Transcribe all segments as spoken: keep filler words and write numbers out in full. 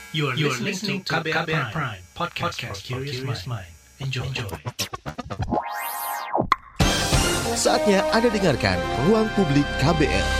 You are listening to K B R Prime, podcast for curious mind. Enjoy. Enjoy. Saatnya Anda dengarkan Ruang Publik K B R.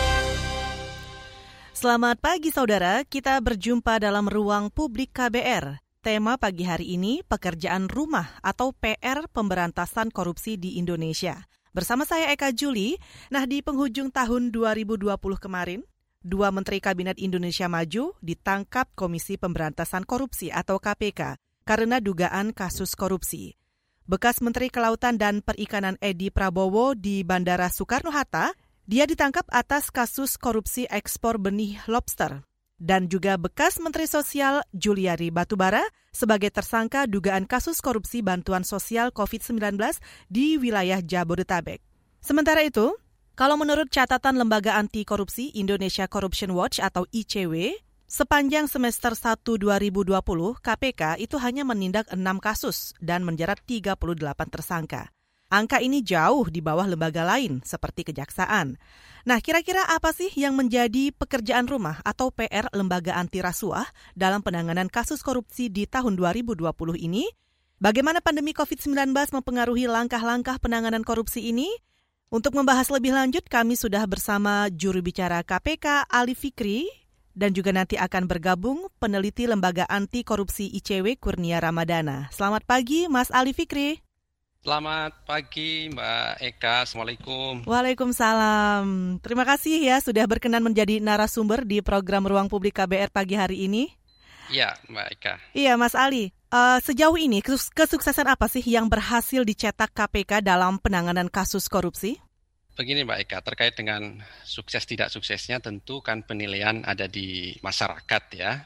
Selamat pagi saudara, kita berjumpa dalam Ruang Publik K B R. Tema pagi hari ini, pekerjaan rumah atau P R pemberantasan korupsi di Indonesia. Bersama saya Eka Juli. Nah, di penghujung tahun dua ribu dua puluh kemarin, dua Menteri Kabinet Indonesia Maju ditangkap Komisi Pemberantasan Korupsi atau K P K karena dugaan kasus korupsi. Bekas Menteri Kelautan dan Perikanan Edi Prabowo di Bandara Soekarno-Hatta, dia ditangkap atas kasus korupsi ekspor benih lobster. Dan juga bekas Menteri Sosial Juliari Batubara sebagai tersangka dugaan kasus korupsi bantuan sosial covid sembilan belas di wilayah Jabodetabek. Sementara itu, kalau menurut catatan Lembaga Anti Korupsi Indonesia Corruption Watch atau I C W, sepanjang semester satu dua ribu dua puluh, K P K itu hanya menindak enam kasus dan menjerat tiga puluh delapan tersangka. Angka ini jauh di bawah lembaga lain seperti Kejaksaan. Nah, kira-kira apa sih yang menjadi pekerjaan rumah atau P R Lembaga Anti Rasuah dalam penanganan kasus korupsi di tahun dua ribu dua puluh ini? Bagaimana pandemi covid sembilan belas mempengaruhi langkah-langkah penanganan korupsi ini? Untuk membahas lebih lanjut, kami sudah bersama juru bicara K P K Ali Fikri dan juga nanti akan bergabung peneliti Lembaga Anti Korupsi I C W Kurnia Ramadana. Selamat pagi, Mas Ali Fikri. Selamat pagi, Mbak Eka. Assalamualaikum. Waalaikumsalam. Terima kasih ya sudah berkenan menjadi narasumber di program Ruang Publik K B R pagi hari ini. Iya, Mbak Eka. Iya, Mas Ali. Uh, sejauh ini kesuksesan apa sih yang berhasil dicetak K P K dalam penanganan kasus korupsi? Begini Mbak Eka, terkait dengan sukses tidak suksesnya tentu kan penilaian ada di masyarakat ya.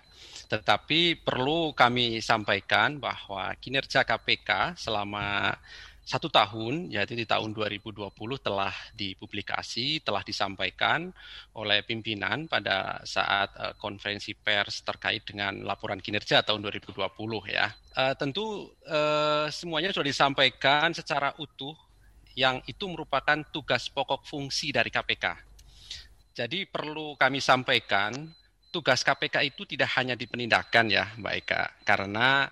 Tetapi perlu kami sampaikan bahwa kinerja K P K selama satu tahun, yaitu di tahun dua ribu dua puluh telah dipublikasi, telah disampaikan oleh pimpinan pada saat uh, konferensi pers terkait dengan laporan kinerja tahun dua ribu dua puluh ya. Uh, tentu uh, semuanya sudah disampaikan secara utuh, yang itu merupakan tugas pokok fungsi dari K P K. Jadi perlu kami sampaikan, tugas K P K itu tidak hanya di penindakan ya Mbak Eka, karena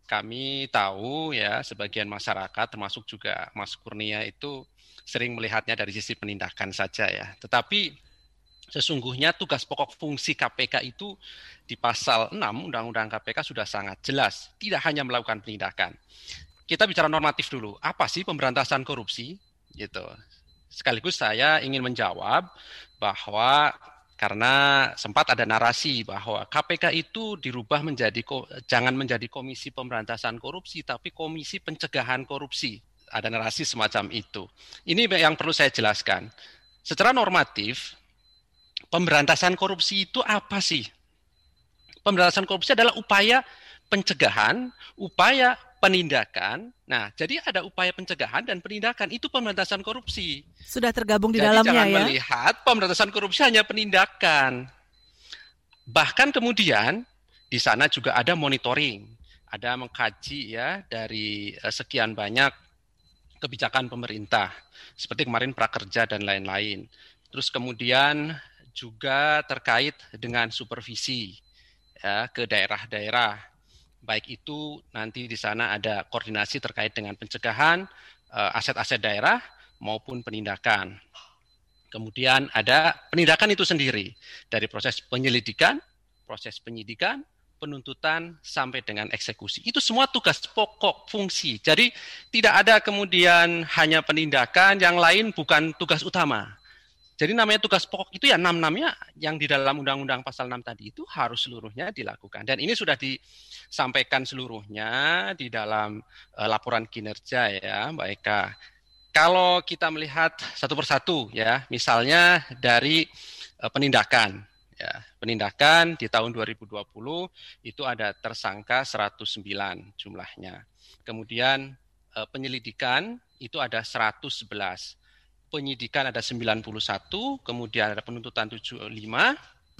kami tahu ya sebagian masyarakat termasuk juga Mas Kurnia itu sering melihatnya dari sisi penindakan saja ya. Tetapi sesungguhnya tugas pokok fungsi K P K itu di pasal enam Undang-Undang K P K sudah sangat jelas. Tidak hanya melakukan penindakan. Kita bicara normatif dulu. Apa sih pemberantasan korupsi? Gitu. Sekaligus saya ingin menjawab bahwa karena sempat ada narasi bahwa K P K itu dirubah menjadi, jangan menjadi Komisi Pemberantasan Korupsi, tapi Komisi Pencegahan Korupsi. Ada narasi semacam itu. Ini yang perlu saya jelaskan. Secara normatif, pemberantasan korupsi itu apa sih? Pemberantasan korupsi adalah upaya pencegahan, upaya penindakan. Nah, jadi ada upaya pencegahan dan penindakan, itu pemberantasan korupsi. Sudah tergabung di jadi dalamnya ya. Jadi jangan melihat pemberantasan korupsi hanya penindakan. Bahkan kemudian di sana juga ada monitoring, ada mengkaji ya dari uh, sekian banyak kebijakan pemerintah, seperti kemarin prakerja dan lain-lain. Terus kemudian juga terkait dengan supervisi ya ke daerah-daerah. Baik itu nanti di sana ada koordinasi terkait dengan pencegahan uh, aset-aset daerah maupun penindakan. Kemudian ada penindakan itu sendiri dari proses penyelidikan, proses penyidikan, penuntutan sampai dengan eksekusi. Itu semua tugas pokok fungsi. Jadi tidak ada kemudian hanya penindakan, yang lain bukan tugas utama. Jadi namanya tugas pokok itu ya enam-enamnya yang di dalam Undang-Undang Pasal enam tadi itu harus seluruhnya dilakukan. Dan ini sudah disampaikan seluruhnya di dalam uh, laporan kinerja ya Mbak Eka. Kalau kita melihat satu persatu ya, misalnya dari uh, penindakan. Ya, penindakan di tahun dua ribu dua puluh itu ada tersangka seratus sembilan jumlahnya. Kemudian uh, penyelidikan itu ada seratus sebelas. Penyidikan ada sembilan puluh satu, kemudian ada penuntutan tujuh puluh lima,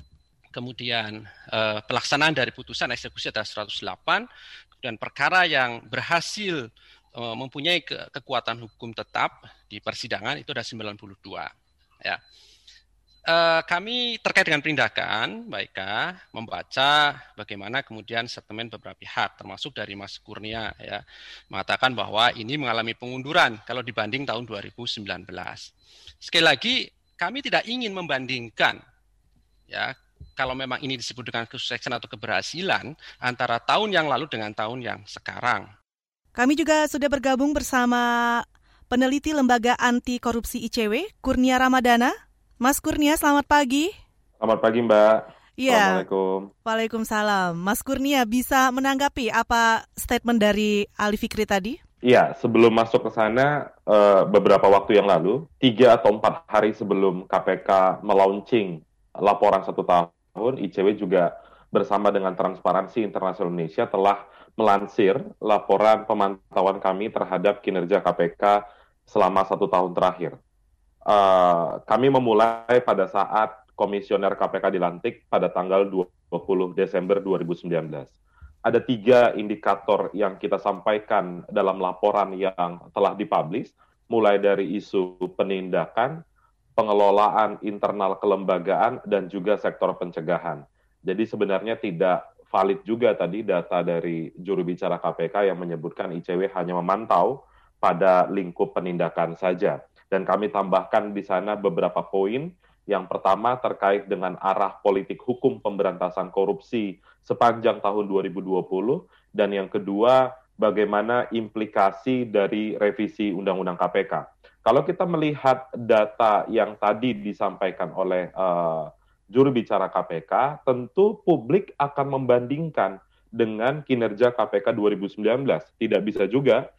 kemudian eh, pelaksanaan dari putusan eksekusi ada seratus delapan, kemudian perkara yang berhasil eh, mempunyai ke- kekuatan hukum tetap di persidangan itu ada sembilan puluh dua. Ya. Uh, kami terkait dengan penindakan, Mbak Eka, membaca bagaimana kemudian statement beberapa pihak, termasuk dari Mas Kurnia, ya, mengatakan bahwa ini mengalami pengunduran kalau dibanding tahun dua ribu sembilan belas. Sekali lagi, kami tidak ingin membandingkan, ya, kalau memang ini disebut dengan kesuksesan atau keberhasilan antara tahun yang lalu dengan tahun yang sekarang. Kami juga sudah bergabung bersama peneliti Lembaga Anti Korupsi I C W, Kurnia Ramadana. Mas Kurnia, selamat pagi. Selamat pagi, Mbak. Ya. Assalamualaikum. Waalaikumsalam. Mas Kurnia, bisa menanggapi apa statement dari Ali Fikri tadi? Iya, sebelum masuk ke sana, beberapa waktu yang lalu, tiga atau empat hari sebelum K P K melaunching laporan satu tahun, I C W juga bersama dengan Transparansi Internasional Indonesia telah melansir laporan pemantauan kami terhadap kinerja K P K selama satu tahun terakhir. Uh, kami memulai pada saat komisioner K P K dilantik pada tanggal dua puluh Desember dua ribu sembilan belas. Ada tiga indikator yang kita sampaikan dalam laporan yang telah dipublish, mulai dari isu penindakan, pengelolaan internal kelembagaan, dan juga sektor pencegahan. Jadi sebenarnya tidak valid juga tadi data dari juru bicara K P K yang menyebutkan I C W hanya memantau pada lingkup penindakan saja. Dan kami tambahkan di sana beberapa poin. Yang pertama terkait dengan arah politik hukum pemberantasan korupsi sepanjang tahun dua ribu dua puluh. Dan yang kedua, bagaimana implikasi dari revisi Undang-Undang K P K. Kalau kita melihat data yang tadi disampaikan oleh uh, juru bicara K P K, tentu publik akan membandingkan dengan kinerja K P K dua ribu sembilan belas. Tidak bisa juga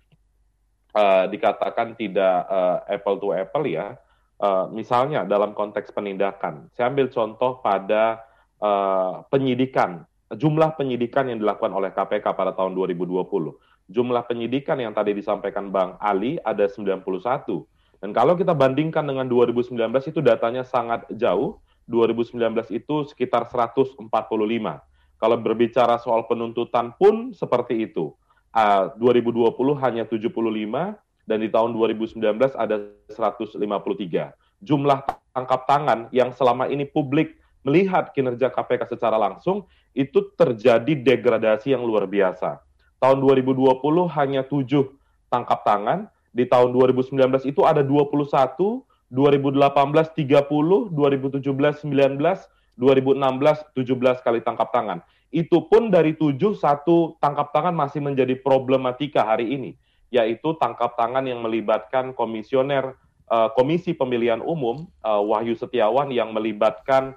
Uh, dikatakan tidak uh, apple to apple ya. Uh, misalnya dalam konteks penindakan, saya ambil contoh pada uh, penyidikan, jumlah penyidikan yang dilakukan oleh K P K pada tahun dua ribu dua puluh. Jumlah penyidikan yang tadi disampaikan Bang Ali ada sembilan puluh satu. Dan kalau kita bandingkan dengan dua ribu sembilan belas itu datanya sangat jauh. dua ribu sembilan belas itu sekitar seratus empat puluh lima. Kalau berbicara soal penuntutan pun seperti itu. Uh, dua ribu dua puluh hanya tujuh puluh lima dan di tahun dua ribu sembilan belas ada seratus lima puluh tiga. Jumlah tangkap tangan yang selama ini publik melihat kinerja K P K secara langsung itu terjadi degradasi yang luar biasa. Tahun dua ribu dua puluh hanya tujuh tangkap tangan, di tahun dua ribu sembilan belas itu ada dua puluh satu, dua ribu delapan belas tiga puluh, dua ribu tujuh belas sembilan belas, dua ribu enam belas tujuh belas kali tangkap tangan. Itu pun dari tujuh, satu tangkap tangan masih menjadi problematika hari ini, yaitu tangkap tangan yang melibatkan komisioner uh, Komisi Pemilihan Umum, uh, Wahyu Setiawan, yang melibatkan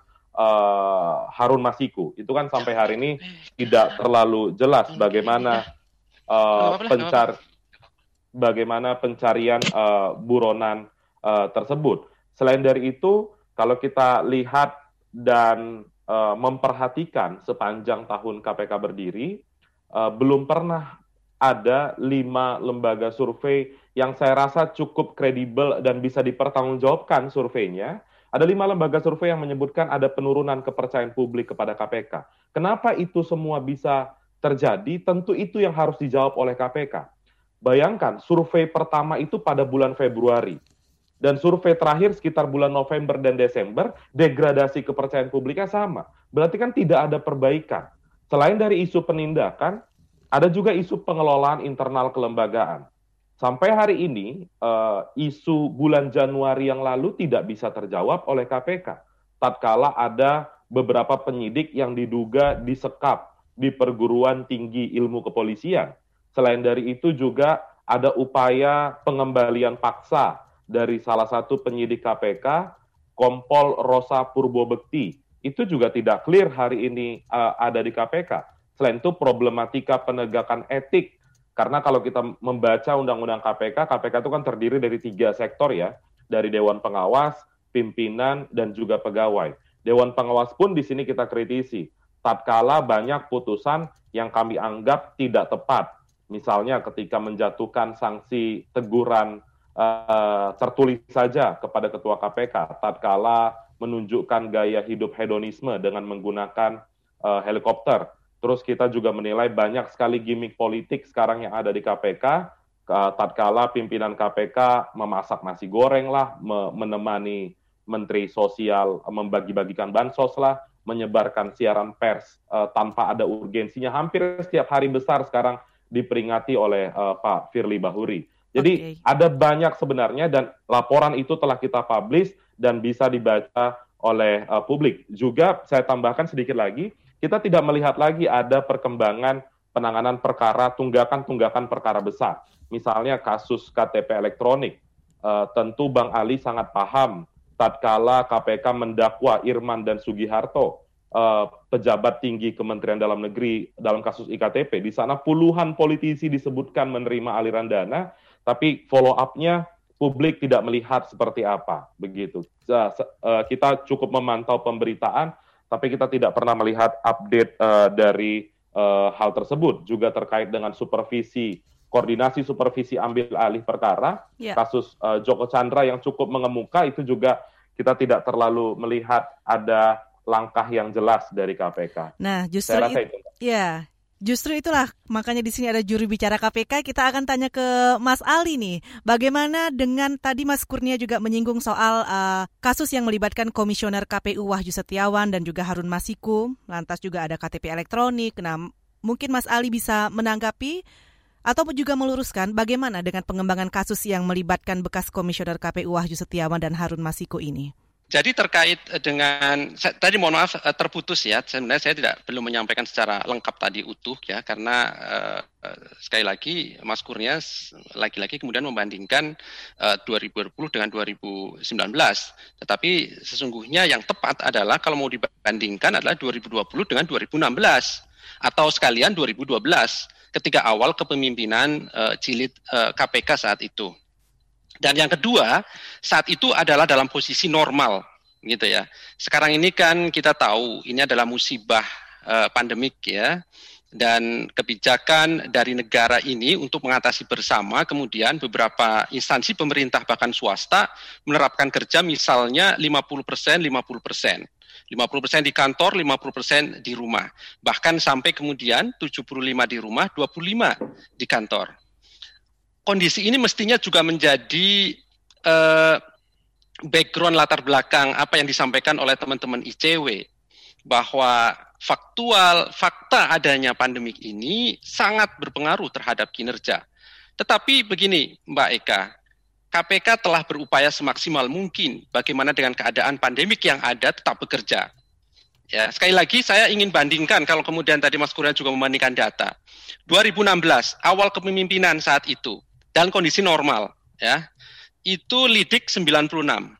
uh, Harun Masiku. Itu kan sampai hari ini tidak terlalu jelas bagaimana uh, pencar bagaimana pencarian uh, buronan uh, tersebut. Selain dari itu, kalau kita lihat dan Uh, memperhatikan sepanjang tahun K P K berdiri, uh, belum pernah ada lima lembaga survei yang saya rasa cukup kredibel dan bisa dipertanggungjawabkan surveinya. Ada lima lembaga survei yang menyebutkan ada penurunan kepercayaan publik kepada K P K. Kenapa itu semua bisa terjadi? Tentu itu yang harus dijawab oleh K P K. Bayangkan, survei pertama itu pada bulan Februari. Dan survei terakhir sekitar bulan November dan Desember, degradasi kepercayaan publiknya sama. Berarti kan tidak ada perbaikan. Selain dari isu penindakan, ada juga isu pengelolaan internal kelembagaan. Sampai hari ini, uh, isu bulan Januari yang lalu tidak bisa terjawab oleh K P K. Tatkala ada beberapa penyidik yang diduga disekap di perguruan tinggi ilmu kepolisian. Selain dari itu juga ada upaya pengembalian paksa dari salah satu penyidik K P K, Kompol Rosa Purbobekti. Itu juga tidak clear hari ini uh, ada di K P K. Selain itu problematika penegakan etik. Karena kalau kita membaca Undang-Undang K P K, K P K itu kan terdiri dari tiga sektor ya. Dari Dewan Pengawas, pimpinan, dan juga pegawai. Dewan Pengawas pun di sini kita kritisi. Tatkala banyak putusan yang kami anggap tidak tepat. Misalnya ketika menjatuhkan sanksi teguran Uh, tertulis saja kepada Ketua K P K tatkala menunjukkan gaya hidup hedonisme dengan menggunakan uh, helikopter. Terus kita juga menilai banyak sekali gimmick politik sekarang yang ada di K P K, uh, tatkala pimpinan K P K memasak nasi goreng lah, me- menemani Menteri Sosial membagi-bagikan bansos lah, menyebarkan siaran pers uh, tanpa ada urgensinya. Hampir setiap hari besar sekarang diperingati oleh uh, Pak Firly Bahuri. Jadi okay. ada banyak sebenarnya dan laporan itu telah kita publish dan bisa dibaca oleh uh, publik. Juga saya tambahkan sedikit lagi, kita tidak melihat lagi ada perkembangan penanganan perkara, tunggakan-tunggakan perkara besar. Misalnya kasus K T P elektronik. Uh, tentu Bang Ali sangat paham tatkala K P K mendakwa Irman dan Sugiharto, uh, pejabat tinggi Kementerian Dalam Negeri dalam kasus I K T P. Di sana puluhan politisi disebutkan menerima aliran dana, tapi follow up-nya publik tidak melihat seperti apa. Begitu. Uh, uh, kita cukup memantau pemberitaan, tapi kita tidak pernah melihat update uh, dari uh, hal tersebut. Juga terkait dengan supervisi, koordinasi supervisi ambil alih perkara, yeah. kasus uh, Joko Chandra yang cukup mengemuka, itu juga kita tidak terlalu melihat ada langkah yang jelas dari K P K. Nah, justru Saya rasa itu, itu. Ya, justru itulah makanya di sini ada juru bicara K P K. Kita akan tanya ke Mas Ali nih, bagaimana dengan tadi Mas Kurnia juga menyinggung soal uh, kasus yang melibatkan Komisioner K P U Wahyu Setiawan dan juga Harun Masiku, lantas juga ada K T P elektronik. Nah, mungkin Mas Ali bisa menanggapi atau juga meluruskan bagaimana dengan pengembangan kasus yang melibatkan bekas Komisioner K P U Wahyu Setiawan dan Harun Masiku ini? Jadi terkait dengan, saya, tadi mohon maaf terputus ya, sebenarnya saya tidak belum menyampaikan secara lengkap tadi utuh ya, karena uh, uh, sekali lagi Mas Kurnia lagi-lagi kemudian membandingkan uh, dua ribu dua puluh dengan dua ribu sembilan belas. Tetapi sesungguhnya yang tepat adalah kalau mau dibandingkan adalah dua ribu dua puluh dengan dua ribu enam belas atau sekalian dua ribu dua belas. Ketika awal kepemimpinan uh, jilid uh, K P K saat itu. Dan yang kedua, saat itu adalah dalam posisi normal, gitu ya. Sekarang ini kan kita tahu ini adalah musibah uh, pandemik ya, dan kebijakan dari negara ini untuk mengatasi bersama, kemudian beberapa instansi pemerintah bahkan swasta menerapkan kerja misalnya lima puluh persen, lima puluh persen. lima puluh persen di kantor, lima puluh persen di rumah. Bahkan sampai kemudian tujuh puluh lima di rumah, dua puluh lima di kantor. Kondisi ini mestinya juga menjadi uh, background latar belakang apa yang disampaikan oleh teman-teman I C W. Bahwa faktual, fakta adanya pandemik ini sangat berpengaruh terhadap kinerja. Tetapi begini Mbak Eka, K P K telah berupaya semaksimal mungkin bagaimana dengan keadaan pandemik yang ada tetap bekerja. Ya, sekali lagi saya ingin bandingkan kalau kemudian tadi Mas Kurnia juga membandingkan data. dua ribu enam belas awal kepemimpinan saat itu dalam kondisi normal ya. Itu lidik sembilan puluh enam.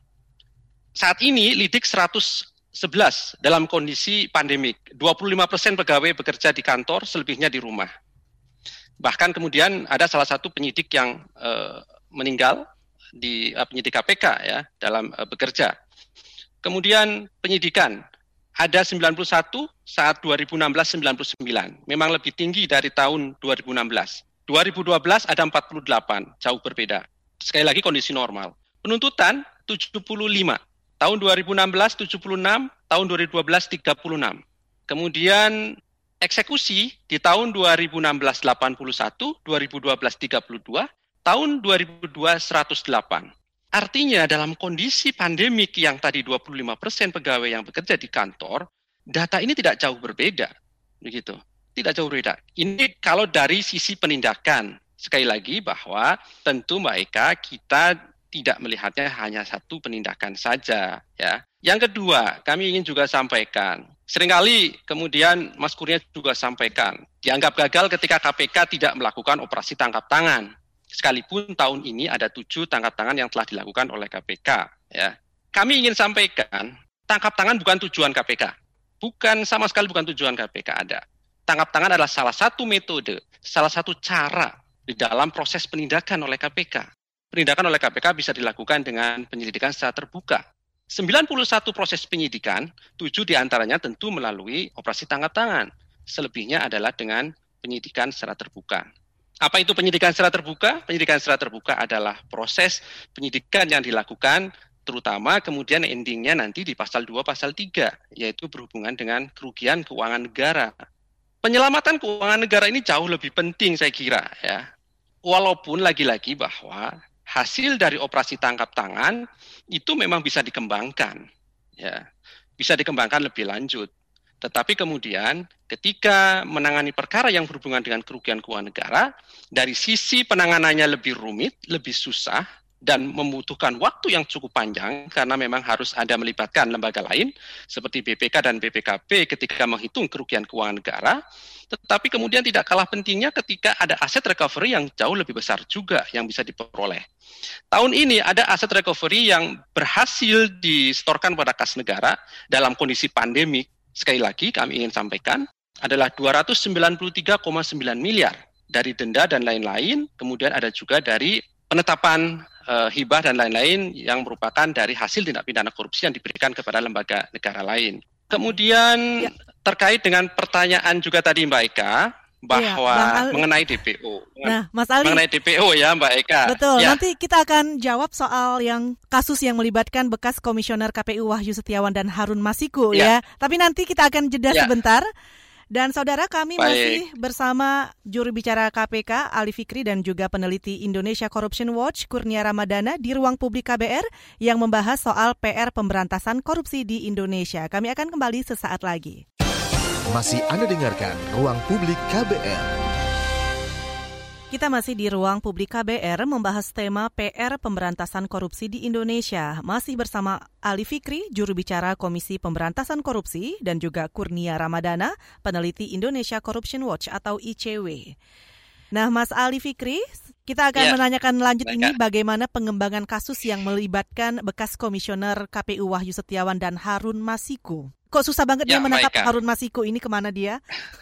Saat ini lidik seratus sebelas dalam kondisi pandemik. dua puluh lima persen pegawai bekerja di kantor, selebihnya di rumah. Bahkan kemudian ada salah satu penyidik yang uh, meninggal di uh, penyidik K P K ya dalam uh, bekerja. Kemudian penyidikan ada sembilan puluh satu saat dua ribu enam belas sembilan puluh sembilan. Memang lebih tinggi dari tahun dua ribu enam belas. dua ribu dua belas ada empat puluh delapan, jauh berbeda. Sekali lagi kondisi normal. Penuntutan tujuh puluh lima. Tahun dua ribu enam belas tujuh puluh enam, tahun dua ribu dua belas tiga puluh enam. Kemudian eksekusi di tahun dua ribu enam belas delapan puluh satu, dua ribu dua belas tiga puluh dua, tahun dua ribu dua seratus delapan. Artinya dalam kondisi pandemik yang tadi dua puluh lima persen pegawai yang bekerja di kantor, data ini tidak jauh berbeda. Begitu. Tidak jauh berbeda. Ini kalau dari sisi penindakan. Sekali lagi bahwa tentu Mbak Eka kita tidak melihatnya hanya satu penindakan saja. Ya. Yang kedua, kami ingin juga sampaikan. Seringkali kemudian Mas Kurnia juga sampaikan, dianggap gagal ketika K P K tidak melakukan operasi tangkap tangan. Sekalipun tahun ini ada tujuh tangkap tangan yang telah dilakukan oleh K P K. Ya. Kami ingin sampaikan, tangkap tangan bukan tujuan K P K. Bukan, sama sekali bukan tujuan K P K ada. Tangkap tangan adalah salah satu metode, salah satu cara di dalam proses penindakan oleh K P K. Penindakan oleh K P K bisa dilakukan dengan penyelidikan secara terbuka. sembilan puluh satu proses penyidikan, tujuh diantaranya tentu melalui operasi tangkap tangan. Selebihnya adalah dengan penyidikan secara terbuka. Apa itu penyidikan secara terbuka? Penyidikan secara terbuka adalah proses penyidikan yang dilakukan, terutama kemudian endingnya nanti di pasal dua, pasal tiga, yaitu berhubungan dengan kerugian keuangan negara. Penyelamatan keuangan negara ini jauh lebih penting saya kira, ya. Walaupun lagi-lagi bahwa hasil dari operasi tangkap tangan itu memang bisa dikembangkan, ya, bisa dikembangkan lebih lanjut. Tetapi kemudian ketika menangani perkara yang berhubungan dengan kerugian keuangan negara, dari sisi penanganannya lebih rumit, lebih susah, dan membutuhkan waktu yang cukup panjang karena memang harus ada melibatkan lembaga lain seperti B P K dan B P K B ketika menghitung kerugian keuangan negara. Tetapi kemudian tidak kalah pentingnya ketika ada aset recovery yang jauh lebih besar juga yang bisa diperoleh. Tahun ini ada aset recovery yang berhasil disetorkan pada kas negara dalam kondisi pandemik. Sekali lagi kami ingin sampaikan adalah dua ratus sembilan puluh tiga koma sembilan miliar dari denda dan lain-lain. Kemudian ada juga dari penetapan uh, hibah dan lain-lain yang merupakan dari hasil tindak pidana korupsi yang diberikan kepada lembaga negara lain. Kemudian ya. Terkait dengan pertanyaan juga tadi Mbak Eka, bahwa ya, mengenai D P O. Nah, Mas Ali, mengenai D P O ya Mbak Eka. Betul, ya. Nanti kita akan jawab soal yang kasus yang melibatkan bekas Komisioner K P U Wahyu Setiawan dan Harun Masiku ya. ya. Tapi nanti kita akan jeda ya. sebentar. Dan saudara, kami Baik. masih bersama juru bicara K P K Ali Fikri dan juga peneliti Indonesia Corruption Watch Kurnia Ramadana di Ruang Publik K B R yang membahas soal P R pemberantasan korupsi di Indonesia. Kami akan kembali sesaat lagi. Masih Anda dengarkan Ruang Publik K B R. Kita masih di Ruang Publik K B R membahas tema P R pemberantasan korupsi di Indonesia. Masih bersama Ali Fikri, juru bicara Komisi Pemberantasan Korupsi, dan juga Kurnia Ramadana, peneliti Indonesia Corruption Watch atau I C W. Nah, Mas Ali Fikri, kita akan ya. menanyakan lanjut Baik. ini bagaimana pengembangan kasus yang melibatkan bekas Komisioner K P U Wahyu Setiawan dan Harun Masiku. Kok susah banget ya, dia menangkap Baik. Harun Masiku ini, kemana dia?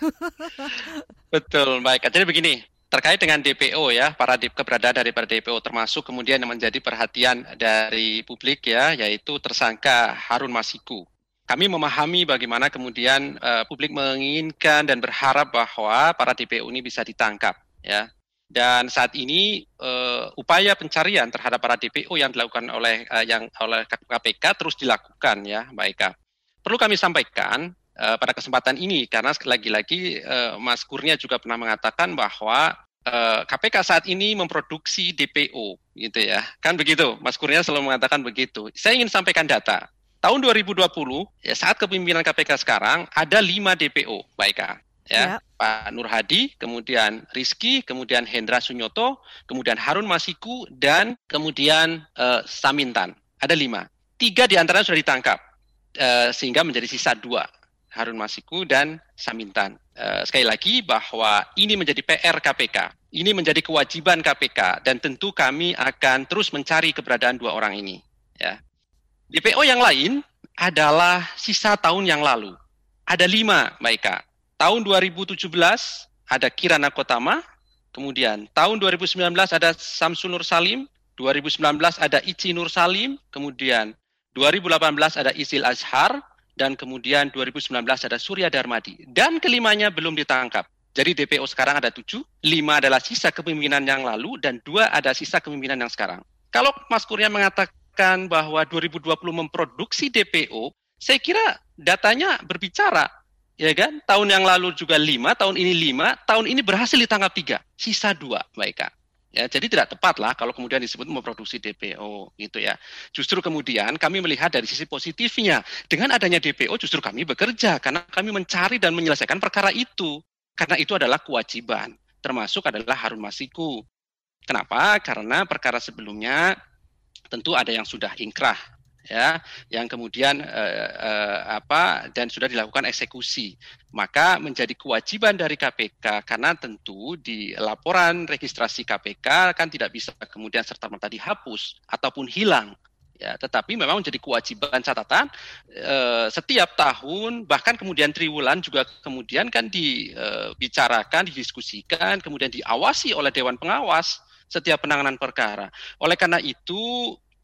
Betul, baik. Jadi begini. Terkait dengan D P O ya, para keberadaan daripada D P O termasuk kemudian yang menjadi perhatian dari publik ya, yaitu tersangka Harun Masiku. Kami memahami bagaimana kemudian uh, publik menginginkan dan berharap bahwa para D P O ini bisa ditangkap ya. Dan saat ini uh, upaya pencarian terhadap para D P O yang dilakukan oleh uh, yang oleh K P K terus dilakukan ya, Mbak Eka. Perlu kami sampaikan Uh, pada kesempatan ini, karena lagi-lagi uh, Mas Kurnia juga pernah mengatakan bahwa uh, K P K saat ini memproduksi D P O, gitu ya, kan begitu. Mas Kurnia selalu mengatakan begitu. Saya ingin sampaikan data. Tahun dua ribu dua puluh, ya, saat kepemimpinan K P K sekarang ada lima D P O, baik ya, ya. Pak Nur Hadi, kemudian Rizky, kemudian Hendra Sunyoto, kemudian Harun Masiku, dan kemudian uh, Samintan. Ada lima. Tiga diantaranya sudah ditangkap, uh, sehingga menjadi sisa dua. Harun Masiku dan Samintan. Uh, sekali lagi bahwa ini menjadi P R K P K, ini menjadi kewajiban K P K, dan tentu kami akan terus mencari keberadaan dua orang ini. Ya. D P O yang lain adalah sisa tahun yang lalu. Ada lima, Mbak Eka. Tahun dua ribu tujuh belas ada Kirana Kotama, kemudian tahun dua ribu sembilan belas ada Samsul Nur Salim, dua ribu sembilan belas ada Ici Nur Salim, kemudian dua ribu delapan belas ada Isil Azhar, dan kemudian dua ribu sembilan belas ada Surya Darmadi. Dan kelimanya belum ditangkap. Jadi D P O sekarang ada tujuh, lima adalah sisa kepemimpinan yang lalu, dan dua ada sisa kepemimpinan yang sekarang. Kalau Mas Kurnia mengatakan bahwa dua ribu dua puluh memproduksi D P O, saya kira datanya berbicara. Ya kan? Tahun yang lalu juga lima, tahun ini lima, tahun ini berhasil ditangkap tiga, sisa dua, Mbak Eka. Ya, jadi tidak tepat lah kalau kemudian disebut memproduksi D P O gitu ya. Justru kemudian kami melihat dari sisi positifnya. Dengan adanya D P O justru kami bekerja karena kami mencari dan menyelesaikan perkara itu. Karena itu adalah kewajiban, termasuk adalah Harun Masiku. Kenapa? Karena perkara sebelumnya tentu ada yang sudah ingkrah ya, yang kemudian eh, eh, apa dan sudah dilakukan eksekusi. Maka menjadi kewajiban dari K P K, karena tentu di laporan registrasi K P K kan tidak bisa kemudian serta-merta dihapus ataupun hilang. Ya, tetapi memang menjadi kewajiban catatan eh, setiap tahun, bahkan kemudian triwulan juga kemudian kan dibicarakan, didiskusikan, kemudian diawasi oleh Dewan Pengawas setiap penanganan perkara. Oleh karena itu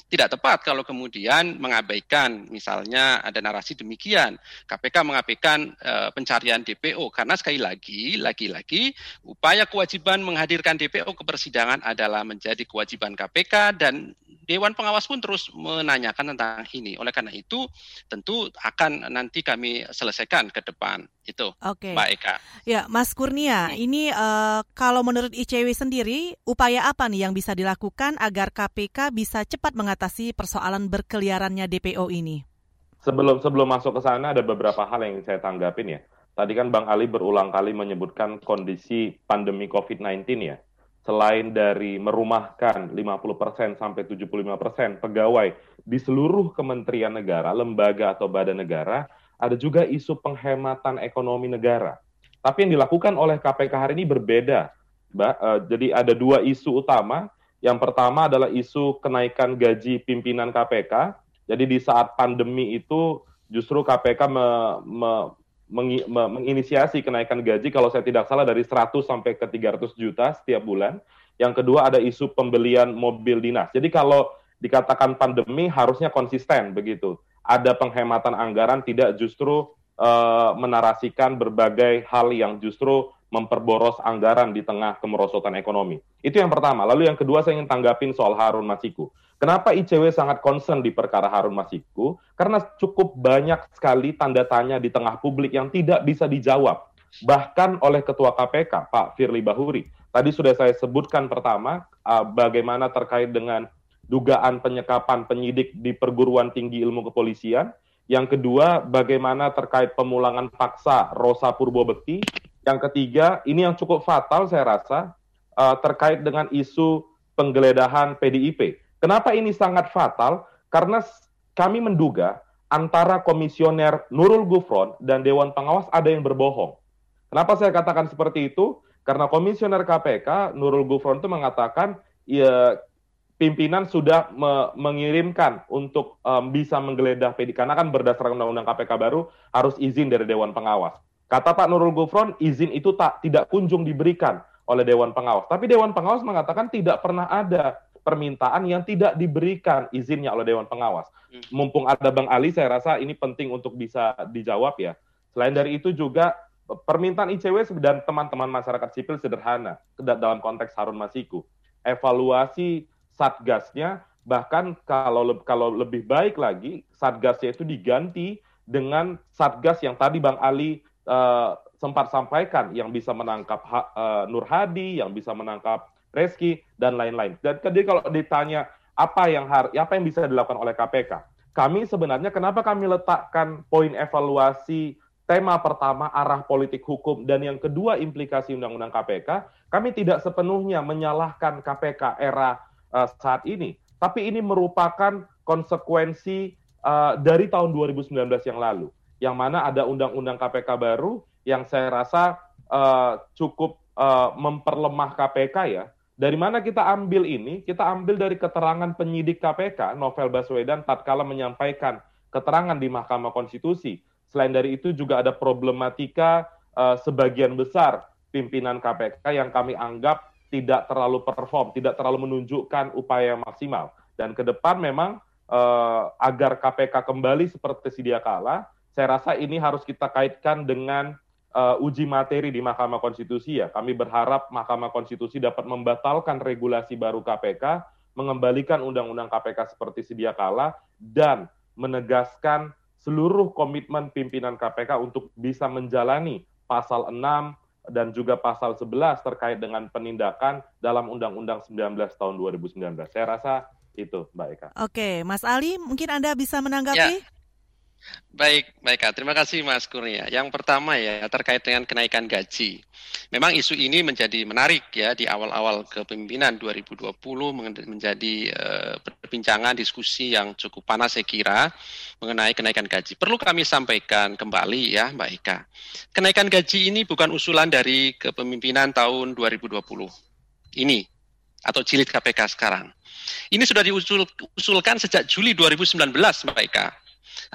Tidak tepat kalau kemudian mengabaikan, misalnya ada narasi demikian, K P K mengabaikan e, pencarian D P O, karena sekali lagi, lagi-lagi upaya kewajiban menghadirkan D P O ke persidangan adalah menjadi kewajiban K P K dan Dewan Pengawas pun terus menanyakan tentang ini. Oleh karena itu, tentu akan nanti kami selesaikan ke depan. Itu, Oke. Mbak Eka. Ya, Mas Kurnia, ini uh, kalau menurut I C W sendiri, upaya apa nih yang bisa dilakukan agar K P K bisa cepat mengatasi persoalan berkeliarannya D P O ini? Sebelum sebelum masuk ke sana, ada beberapa hal yang saya tanggapin ya. Tadi kan Bang Ali berulang kali menyebutkan kondisi pandemi covid sembilan belas ya. Selain dari merumahkan lima puluh persen sampai tujuh puluh lima persen pegawai di seluruh kementerian negara, lembaga atau badan negara, ada juga isu penghematan ekonomi negara. Tapi yang dilakukan oleh K P K hari ini berbeda, Mbak. Uh, jadi ada dua isu utama. Yang pertama adalah isu kenaikan gaji pimpinan K P K. Jadi di saat pandemi itu justru K P K me, me, Meng, menginisiasi kenaikan gaji kalau saya tidak salah dari seratus sampai ke tiga ratus juta setiap bulan. Yang kedua ada isu pembelian mobil dinas. Jadi kalau dikatakan pandemi harusnya konsisten begitu. Ada penghematan anggaran, tidak justru uh, menarasikan berbagai hal yang justru memperboros anggaran di tengah kemerosotan ekonomi. Itu yang pertama. Lalu yang kedua saya ingin tanggapin soal Harun Masiku. Kenapa I C W sangat concern di perkara Harun Masiku? Karena cukup banyak sekali tanda tanya di tengah publik yang tidak bisa dijawab. Bahkan oleh Ketua K P K, Pak Firly Bahuri. Tadi sudah saya sebutkan pertama, uh, bagaimana terkait dengan dugaan penyekapan penyidik di perguruan tinggi ilmu kepolisian. Yang kedua, bagaimana terkait pemulangan paksa Rosa Purbobekti. Yang ketiga, ini yang cukup fatal saya rasa, uh, terkait dengan isu penggeledahan P D I P. Kenapa ini sangat fatal? Karena kami menduga antara Komisioner Nurul Gufron dan Dewan Pengawas ada yang berbohong. Kenapa saya katakan seperti itu? Karena Komisioner K P K, Nurul Gufron itu mengatakan, ya, pimpinan sudah me- mengirimkan untuk um, bisa menggeledah P D I P. Karena kan berdasarkan Undang-Undang K P K baru, harus izin dari Dewan Pengawas. Kata Pak Nurul Gufron, izin itu tak tidak kunjung diberikan oleh Dewan Pengawas. Tapi Dewan Pengawas mengatakan tidak pernah ada permintaan yang tidak diberikan izinnya oleh Dewan Pengawas. Mumpung ada Bang Ali, saya rasa ini penting untuk bisa dijawab ya. Selain dari itu juga permintaan I C W dan teman-teman masyarakat sipil sederhana dalam konteks Harun Masiku. Evaluasi satgasnya, bahkan kalau kalau lebih baik lagi, satgasnya itu diganti dengan satgas yang tadi Bang Ali uh, sempat sampaikan, yang bisa menangkap uh, Nur Hadi, yang bisa menangkap Reski, dan lain-lain. Dan jadi kalau ditanya apa yang har- apa yang bisa dilakukan oleh K P K, kami sebenarnya kenapa kami letakkan poin evaluasi tema pertama arah politik hukum dan yang kedua implikasi Undang-Undang K P K, kami tidak sepenuhnya menyalahkan K P K era uh, saat ini, tapi ini merupakan konsekuensi uh, dari tahun dua ribu sembilan belas yang lalu, yang mana ada Undang-Undang K P K baru yang saya rasa uh, cukup uh, memperlemah K P K ya. Dari mana kita ambil ini? Kita ambil dari keterangan penyidik K P K, Novel Baswedan, tatkala menyampaikan keterangan di Mahkamah Konstitusi. Selain dari itu juga ada problematika uh, sebagian besar pimpinan K P K yang kami anggap tidak terlalu perform, tidak terlalu menunjukkan upaya maksimal. Dan ke depan memang uh, agar K P K kembali seperti sedia kala, saya rasa ini harus kita kaitkan dengan Uh, uji materi di Mahkamah Konstitusi ya. Kami berharap Mahkamah Konstitusi dapat membatalkan regulasi baru K P K, mengembalikan Undang-Undang K P K seperti sedia kala, dan menegaskan seluruh komitmen pimpinan K P K untuk bisa menjalani pasal enam dan juga pasal sebelas terkait dengan penindakan dalam Undang-Undang sembilan belas tahun dua ribu sembilan belas. Saya rasa itu, Mbak Eka. Oke, Mas Ali, mungkin Anda bisa menanggapi? Ya. Baik, baik, terima kasih Mas Kurnia. Yang pertama ya, terkait dengan kenaikan gaji. Memang isu ini menjadi menarik ya di awal-awal kepemimpinan dua ribu dua puluh, menjadi uh, perbincangan diskusi yang cukup panas saya kira mengenai kenaikan gaji. Perlu kami sampaikan kembali ya Mbak Eka. Kenaikan gaji ini bukan usulan dari kepemimpinan tahun dua ribu dua puluh ini atau jilid K P K sekarang. Ini sudah diusulkan sejak Juli dua ribu sembilan belas Mbak Eka.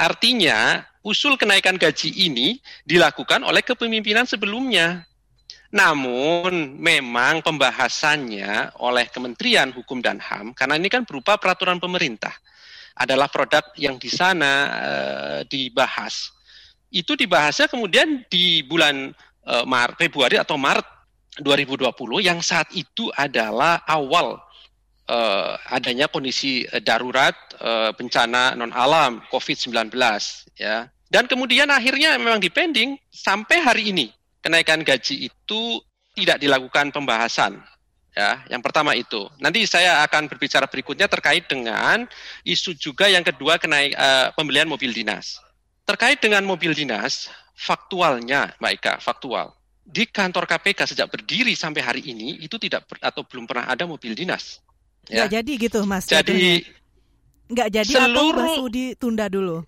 Artinya, usul kenaikan gaji ini dilakukan oleh kepemimpinan sebelumnya. Namun memang pembahasannya oleh Kementerian Hukum dan H A M, karena ini kan berupa peraturan pemerintah, adalah produk yang di sana uh, dibahas. Itu dibahasnya kemudian di bulan uh, Maret, Februari atau Maret dua ribu dua puluh, yang saat itu adalah awal uh, adanya kondisi uh, darurat uh, bencana non-alam covid sembilan belas. Ya. Dan kemudian akhirnya memang dipending sampai hari ini. Kenaikan gaji itu tidak dilakukan pembahasan. Ya, yang pertama itu. Nanti saya akan berbicara berikutnya terkait dengan isu juga yang kedua kenaik uh, pembelian mobil dinas. Terkait dengan mobil dinas, faktualnya, Mbak Eka, faktual. Di kantor K P K sejak berdiri sampai hari ini itu tidak ber, atau belum pernah ada mobil dinas. Ya. Nggak jadi gitu, Mas. Jadi nggak jadi seluruh, atau baru ditunda dulu?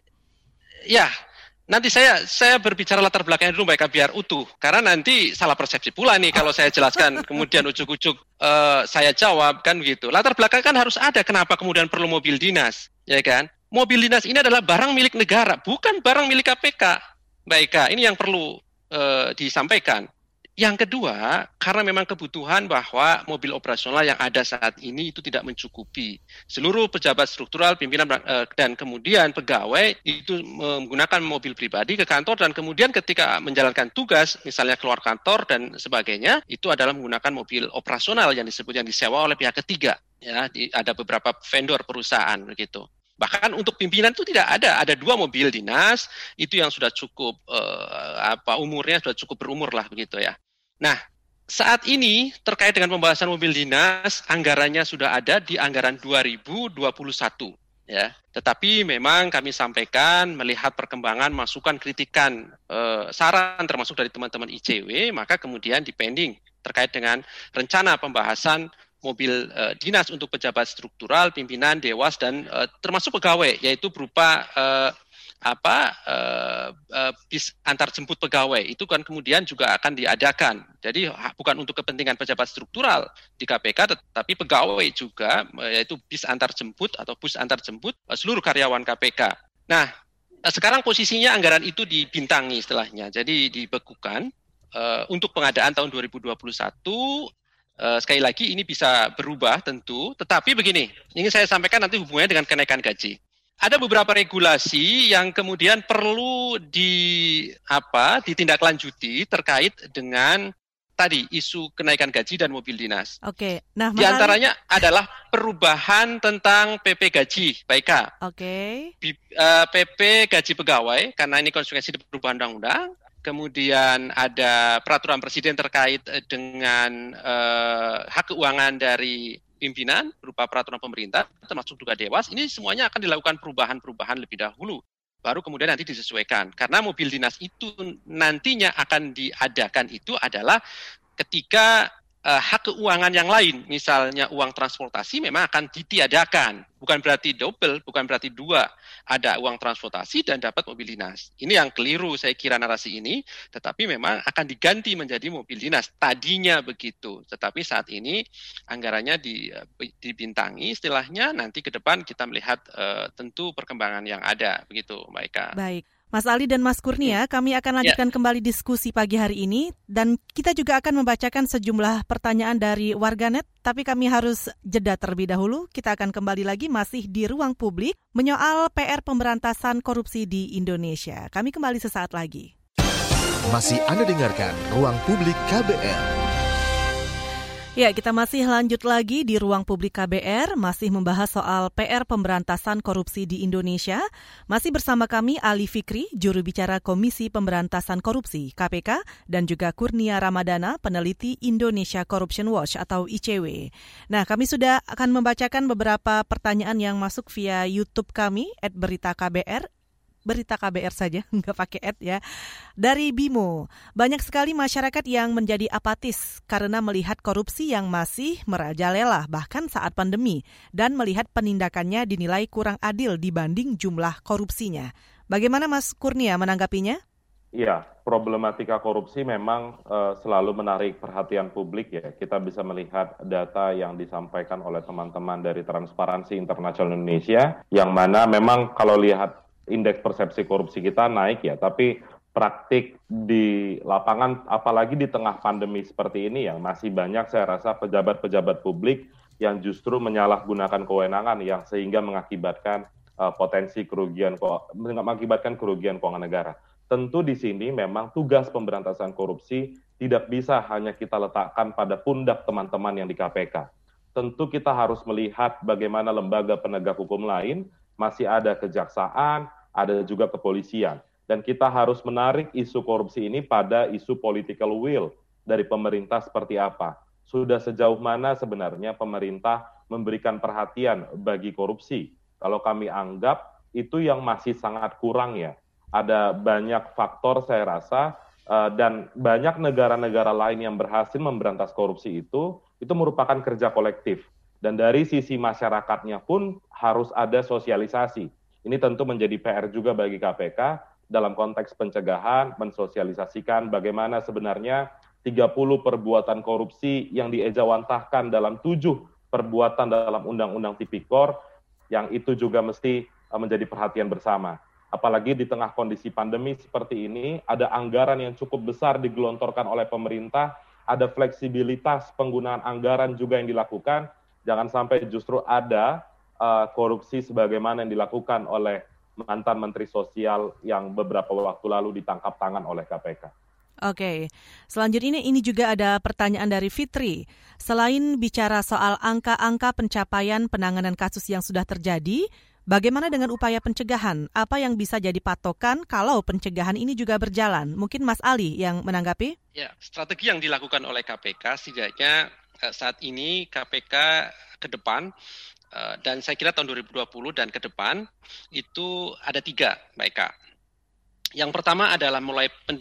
Ya. Nanti saya saya berbicara latar belakangnya dulu Mbak Eka biar utuh. Karena nanti salah persepsi pula nih kalau saya jelaskan kemudian ujuk-ujuk uh, saya jawab kan begitu. Latar belakang kan harus ada kenapa kemudian perlu mobil dinas, ya kan? Mobil dinas ini adalah barang milik negara, bukan barang milik K P K. Mbak Eka, ini yang perlu uh, disampaikan. Yang kedua, karena memang kebutuhan bahwa mobil operasional yang ada saat ini itu tidak mencukupi. Seluruh pejabat struktural, pimpinan dan kemudian pegawai itu menggunakan mobil pribadi ke kantor dan kemudian ketika menjalankan tugas, misalnya keluar kantor dan sebagainya, itu adalah menggunakan mobil operasional yang disebut yang disewa oleh pihak ketiga. Ya, di, ada beberapa vendor perusahaan begitu. Bahkan untuk pimpinan itu tidak ada, ada dua mobil dinas itu yang sudah cukup uh, apa umurnya sudah cukup berumur lah begitu ya. Nah, saat ini terkait dengan pembahasan mobil dinas, anggarannya sudah ada di anggaran dua ribu dua puluh satu ya. Tetapi memang kami sampaikan melihat perkembangan masukan kritikan uh, saran termasuk dari teman-teman I C W, maka kemudian dipending terkait dengan rencana pembahasan mobil uh, dinas untuk pejabat struktural, pimpinan, dewas, dan uh, termasuk pegawai, yaitu berupa uh, apa uh, uh, bis antar jemput pegawai. Itu kan kemudian juga akan diadakan. Jadi bukan untuk kepentingan pejabat struktural di K P K, tetapi pegawai juga, uh, yaitu bis antar jemput atau bus antar jemput uh, seluruh karyawan K P K. Nah, uh, sekarang posisinya anggaran itu dibintangi istilahnya, jadi dibekukan uh, untuk pengadaan tahun dua ribu dua puluh satu. Uh, sekali lagi ini bisa berubah tentu, tetapi begini, ingin saya sampaikan nanti hubungannya dengan kenaikan gaji. Ada beberapa regulasi yang kemudian perlu di apa ditindaklanjuti terkait dengan tadi isu kenaikan gaji dan mobil dinas. Oke, nah di antaranya Ali... adalah perubahan tentang P P gaji, baik Kak. Oke. Uh, P P gaji pegawai karena ini konsekuensi dari perubahan undang-undang. Kemudian ada peraturan presiden terkait dengan uh, hak keuangan dari pimpinan berupa peraturan pemerintah, termasuk juga dewas. Ini semuanya akan dilakukan perubahan-perubahan lebih dahulu. Baru kemudian nanti disesuaikan. Karena mobil dinas itu nantinya akan diadakan itu adalah ketika uh, hak keuangan yang lain, misalnya uang transportasi memang akan ditiadakan. Bukan berarti double, bukan berarti dua. Ada uang transportasi dan dapat mobil dinas. Ini yang keliru saya kira narasi ini, tetapi memang akan diganti menjadi mobil dinas. Tadinya begitu, tetapi saat ini anggarannya dibintangi istilahnya, nanti ke depan kita melihat uh, tentu perkembangan yang ada, begitu Mbak Eka. Baik. Mas Ali dan Mas Kurnia, kami akan lanjutkan ya. kembali diskusi pagi hari ini dan kita juga akan membacakan sejumlah pertanyaan dari warganet, tapi kami harus jeda terlebih dahulu. Kita akan kembali lagi masih di Ruang Publik menyoal P R pemberantasan korupsi di Indonesia. Kami kembali sesaat lagi. Masih Anda dengarkan Ruang Publik K B R. Ya, kita masih lanjut lagi di Ruang Publik K B R, masih membahas soal P R pemberantasan korupsi di Indonesia. Masih bersama kami Ali Fikri, juru bicara Komisi Pemberantasan Korupsi K P K, dan juga Kurnia Ramadana, peneliti Indonesia Corruption Watch atau I C W. Nah, kami sudah akan membacakan beberapa pertanyaan yang masuk via YouTube kami, at berita K B R. Berita K B R saja, nggak pakai ad ya. Dari Bimo, banyak sekali masyarakat yang menjadi apatis karena melihat korupsi yang masih merajalela bahkan saat pandemi dan melihat penindakannya dinilai kurang adil dibanding jumlah korupsinya. Bagaimana Mas Kurnia menanggapinya? Iya, problematika korupsi memang uh, selalu menarik perhatian publik ya. Kita bisa melihat data yang disampaikan oleh teman-teman dari Transparansi Internasional Indonesia, yang mana memang kalau lihat indeks persepsi korupsi kita naik ya, tapi praktik di lapangan, apalagi di tengah pandemi seperti ini yang masih banyak saya rasa pejabat-pejabat publik yang justru menyalahgunakan kewenangan yang sehingga mengakibatkan uh, potensi kerugian mengakibatkan kerugian keuangan negara. Tentu di sini memang tugas pemberantasan korupsi tidak bisa hanya kita letakkan pada pundak teman-teman yang di K P K. Tentu kita harus melihat bagaimana lembaga penegak hukum lain, masih ada kejaksaan, ada juga kepolisian. Dan kita harus menarik isu korupsi ini pada isu political will dari pemerintah seperti apa. Sudah sejauh mana sebenarnya pemerintah memberikan perhatian bagi korupsi. Kalau kami anggap itu yang masih sangat kurang ya. Ada banyak faktor saya rasa, uh, dan banyak negara-negara lain yang berhasil memberantas korupsi itu, itu merupakan kerja kolektif. Dan dari sisi masyarakatnya pun harus ada sosialisasi. Ini tentu menjadi P R juga bagi K P K, dalam konteks pencegahan, mensosialisasikan bagaimana sebenarnya tiga puluh perbuatan korupsi yang diejawantahkan dalam tujuh perbuatan dalam Undang-Undang Tipikor, yang itu juga mesti menjadi perhatian bersama. Apalagi di tengah kondisi pandemi seperti ini, ada anggaran yang cukup besar digelontorkan oleh pemerintah, ada fleksibilitas penggunaan anggaran juga yang dilakukan, jangan sampai justru ada uh, korupsi sebagaimana yang dilakukan oleh mantan Menteri Sosial yang beberapa waktu lalu ditangkap tangan oleh K P K. Oke, selanjutnya ini juga ada pertanyaan dari Fitri. Selain bicara soal angka-angka pencapaian penanganan kasus yang sudah terjadi, bagaimana dengan upaya pencegahan? Apa yang bisa jadi patokan kalau pencegahan ini juga berjalan? Mungkin Mas Ali yang menanggapi? Ya, strategi yang dilakukan oleh K P K setidaknya saat ini K P K ke depan, dan saya kira tahun dua ribu dua puluh dan ke depan itu ada tiga, Mbak Eka. Yang pertama adalah mulai pen,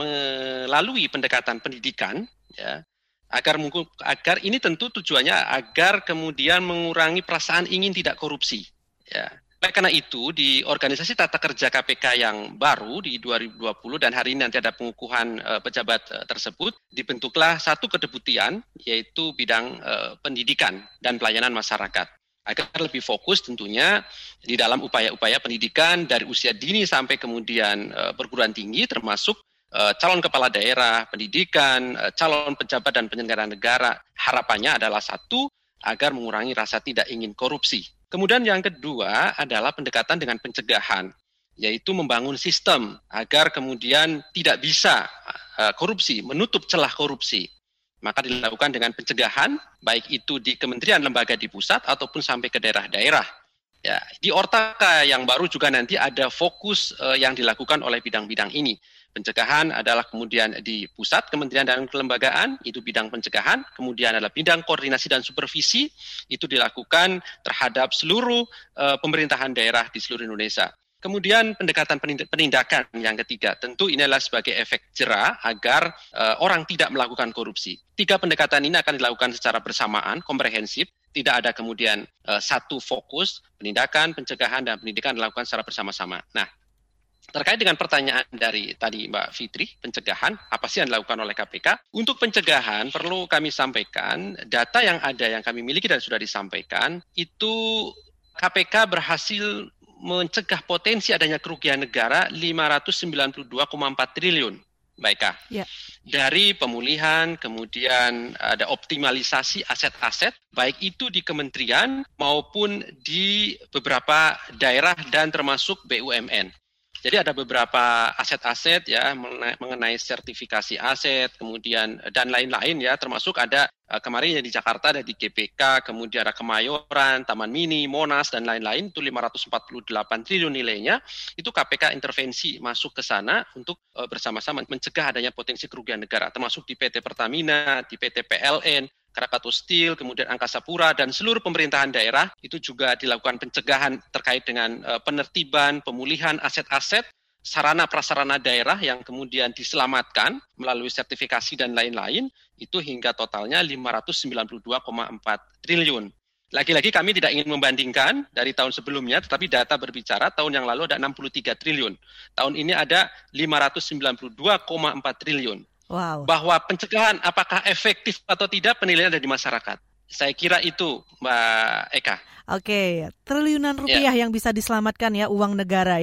melalui pendekatan pendidikan, ya, agar agar ini tentu tujuannya agar kemudian mengurangi perasaan ingin tidak korupsi. Ya. Oleh karena itu di organisasi tata kerja K P K yang baru di dua ribu dua puluh dan hari ini nanti ada pengukuhan uh, pejabat uh, tersebut, dibentuklah satu kedeputian yaitu bidang uh, pendidikan dan pelayanan masyarakat. Agar lebih fokus tentunya di dalam upaya-upaya pendidikan dari usia dini sampai kemudian uh, perguruan tinggi, termasuk uh, calon kepala daerah, pendidikan, uh, calon pejabat dan penyelenggara negara. Harapannya adalah satu, agar mengurangi rasa tidak ingin korupsi. Kemudian yang kedua adalah pendekatan dengan pencegahan, yaitu membangun sistem agar kemudian tidak bisa uh, korupsi, menutup celah korupsi. Maka dilakukan dengan pencegahan, baik itu di kementerian lembaga di pusat ataupun sampai ke daerah-daerah. Ya, di Ortaka yang baru juga nanti ada fokus uh, yang dilakukan oleh bidang-bidang ini. Pencegahan adalah kemudian di pusat kementerian dan kelembagaan, itu bidang pencegahan. Kemudian adalah bidang koordinasi dan supervisi, itu dilakukan terhadap seluruh uh, pemerintahan daerah di seluruh Indonesia. Kemudian pendekatan penindakan yang ketiga, tentu ini adalah sebagai efek jera agar uh, orang tidak melakukan korupsi. Tiga pendekatan ini akan dilakukan secara bersamaan, komprehensif, tidak ada kemudian uh, satu fokus, penindakan, pencegahan, dan pendidikan dilakukan secara bersama-sama. Nah, terkait dengan pertanyaan dari tadi Mbak Fitri, pencegahan, apa sih yang dilakukan oleh K P K? Untuk pencegahan perlu kami sampaikan, data yang ada yang kami miliki dan sudah disampaikan, itu K P K berhasil mencegah potensi adanya kerugian negara lima ratus sembilan puluh dua koma empat triliun, Mbak Eka. Ya. Dari pemulihan, kemudian ada optimalisasi aset-aset, baik itu di kementerian maupun di beberapa daerah dan termasuk B U M N. Jadi ada beberapa aset-aset ya mengenai sertifikasi aset, kemudian dan lain-lain ya, termasuk ada kemarin yang di Jakarta ada di G B K, kemudian ada Kemayoran, Taman Mini, Monas dan lain-lain, itu lima ratus empat puluh delapan triliun nilainya. Itu K P K intervensi masuk ke sana untuk uh, bersama-sama mencegah adanya potensi kerugian negara, termasuk di P T Pertamina, di P T P L N, Krakatau Steel, kemudian Angkasa Pura, dan seluruh pemerintahan daerah itu juga dilakukan pencegahan terkait dengan uh, penertiban, pemulihan aset-aset, sarana prasarana daerah yang kemudian diselamatkan melalui sertifikasi dan lain-lain, itu hingga totalnya lima ratus sembilan puluh dua koma empat triliun. Lagi-lagi kami tidak ingin membandingkan dari tahun sebelumnya, tetapi data berbicara tahun yang lalu ada enam puluh tiga triliun. Tahun ini ada lima ratus sembilan puluh dua koma empat triliun. Wow. Bahwa pencegahan apakah efektif atau tidak penilaian ada di masyarakat. Saya kira itu, Mbak Eka. Oke, triliunan rupiah ya yang bisa diselamatkan ya uang negara ya.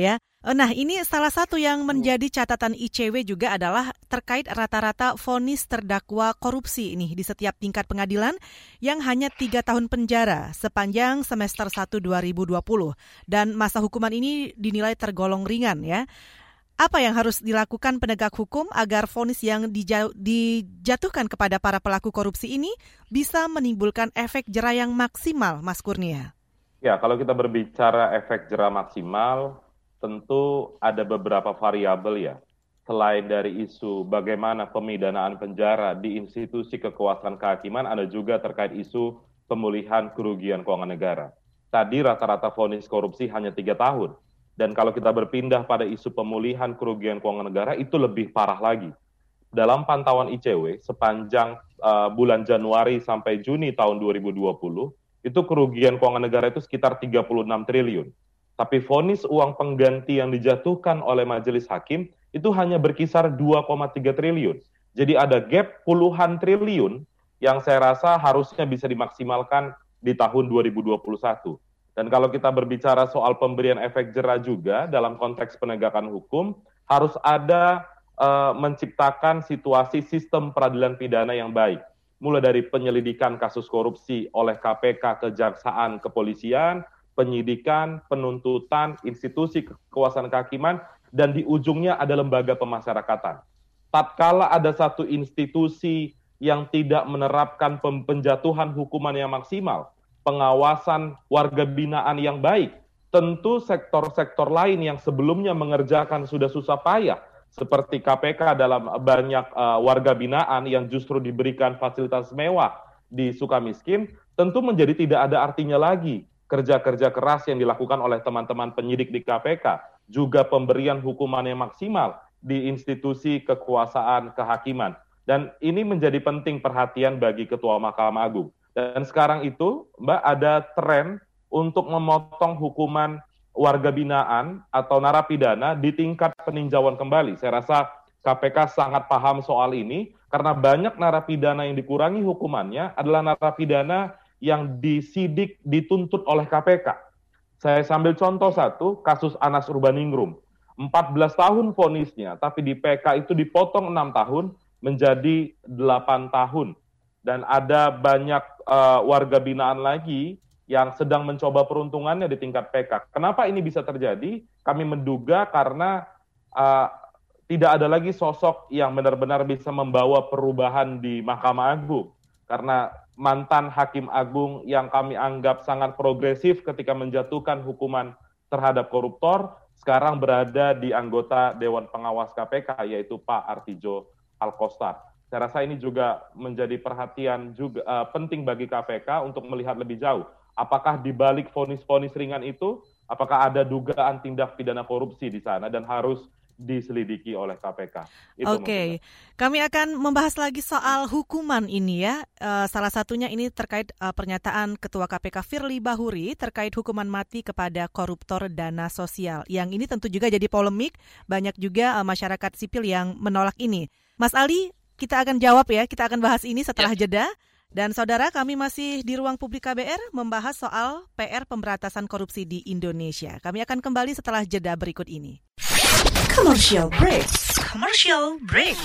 Nah, ini salah satu yang menjadi catatan I C W juga adalah terkait rata-rata vonis terdakwa korupsi ini di setiap tingkat pengadilan yang hanya tiga tahun penjara sepanjang semester satu dua ribu dua puluh. Dan masa hukuman ini dinilai tergolong ringan ya. Apa yang harus dilakukan penegak hukum agar vonis yang dija- dijatuhkan kepada para pelaku korupsi ini bisa menimbulkan efek jera yang maksimal, Mas Kurnia? Ya, kalau kita berbicara efek jera maksimal, tentu ada beberapa variabel ya. Selain dari isu bagaimana pemidanaan penjara di institusi kekuasaan kehakiman, ada juga terkait isu pemulihan kerugian keuangan negara. Tadi rata-rata vonis korupsi hanya tiga tahun. Dan kalau kita berpindah pada isu pemulihan kerugian keuangan negara, itu lebih parah lagi. Dalam pantauan I C W, sepanjang uh, bulan Januari sampai Juni tahun dua ribu dua puluh, itu kerugian keuangan negara itu sekitar tiga puluh enam triliun. Tapi vonis uang pengganti yang dijatuhkan oleh majelis hakim itu hanya berkisar dua koma tiga triliun. Jadi ada gap puluhan triliun yang saya rasa harusnya bisa dimaksimalkan di tahun dua ribu dua puluh satu. Dan kalau kita berbicara soal pemberian efek jera juga dalam konteks penegakan hukum, harus ada uh, menciptakan situasi sistem peradilan pidana yang baik. Mulai dari penyelidikan kasus korupsi oleh K P K, kejaksaan, kepolisian, penyidikan, penuntutan, institusi kekuasaan kehakiman, dan di ujungnya ada lembaga pemasyarakatan. Tatkala ada satu institusi yang tidak menerapkan penjatuhan hukuman yang maksimal, pengawasan warga binaan yang baik, tentu sektor-sektor lain yang sebelumnya mengerjakan sudah susah payah, seperti K P K dalam banyak uh, warga binaan yang justru diberikan fasilitas mewah di Sukamiskin, tentu menjadi tidak ada artinya lagi kerja-kerja keras yang dilakukan oleh teman-teman penyidik di K P K, juga pemberian hukuman yang maksimal di institusi kekuasaan kehakiman. Dan ini menjadi penting perhatian bagi Ketua Mahkamah Agung. Dan sekarang itu, Mbak, ada tren untuk memotong hukuman warga binaan atau narapidana di tingkat peninjauan kembali. Saya rasa K P K sangat paham soal ini, karena banyak narapidana yang dikurangi hukumannya adalah narapidana yang disidik, dituntut oleh K P K. Saya sambil contoh satu, kasus Anas Urbaningrum. empat belas tahun vonisnya, tapi di P K itu dipotong enam tahun menjadi delapan tahun. Dan ada banyak uh, warga binaan lagi yang sedang mencoba peruntungannya di tingkat P K. Kenapa ini bisa terjadi? Kami menduga karena uh, tidak ada lagi sosok yang benar-benar bisa membawa perubahan di Mahkamah Agung. Karena mantan Hakim Agung yang kami anggap sangat progresif ketika menjatuhkan hukuman terhadap koruptor, sekarang berada di anggota Dewan Pengawas K P K, yaitu Pak Artijo Alkostar. Saya rasa ini juga menjadi perhatian juga uh, penting bagi K P K untuk melihat lebih jauh. Apakah di balik vonis-vonis ringan itu, apakah ada dugaan tindak pidana korupsi di sana dan harus diselidiki oleh K P K. Oke, okay. Kami akan membahas lagi soal hukuman ini ya. Uh, salah satunya ini terkait uh, pernyataan Ketua K P K Firly Bahuri terkait hukuman mati kepada koruptor dana sosial. Yang ini tentu juga jadi polemik, banyak juga uh, masyarakat sipil yang menolak ini. Mas Ali, kita akan jawab ya, kita akan bahas ini setelah ya. jeda. Dan saudara, kami masih di Ruang Publik K B R membahas soal P R pemberantasan korupsi di Indonesia. Kami akan kembali setelah jeda berikut ini. Commercial break. Commercial break.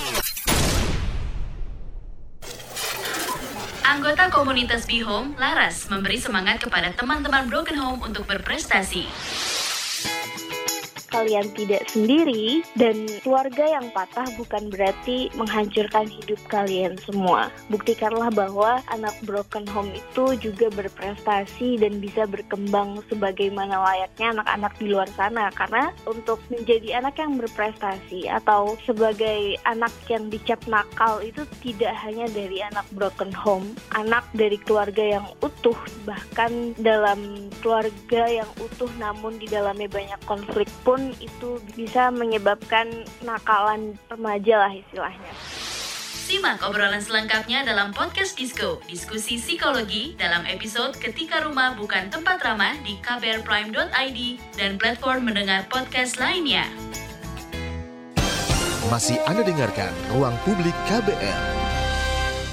Anggota komunitas Be Home, Laras, memberi semangat kepada teman-teman Broken Home untuk berprestasi. Kalian tidak sendiri, dan keluarga yang patah bukan berarti menghancurkan hidup kalian semua. Buktikanlah bahwa anak broken home itu juga berprestasi dan bisa berkembang sebagaimana layaknya anak-anak di luar sana. Karena untuk menjadi anak yang berprestasi atau sebagai anak yang dicap nakal itu tidak hanya dari anak broken home, anak dari keluarga yang utuh, bahkan dalam keluarga yang utuh namun di dalamnya banyak konflik pun itu bisa menyebabkan nakalan remaja lah istilahnya. Simak obrolan selengkapnya dalam podcast Disko, diskusi psikologi dalam episode Ketika Rumah Bukan Tempat Ramah di k b r prime dot i d dan platform mendengar podcast lainnya. Masih Anda dengarkan Ruang Publik K B R.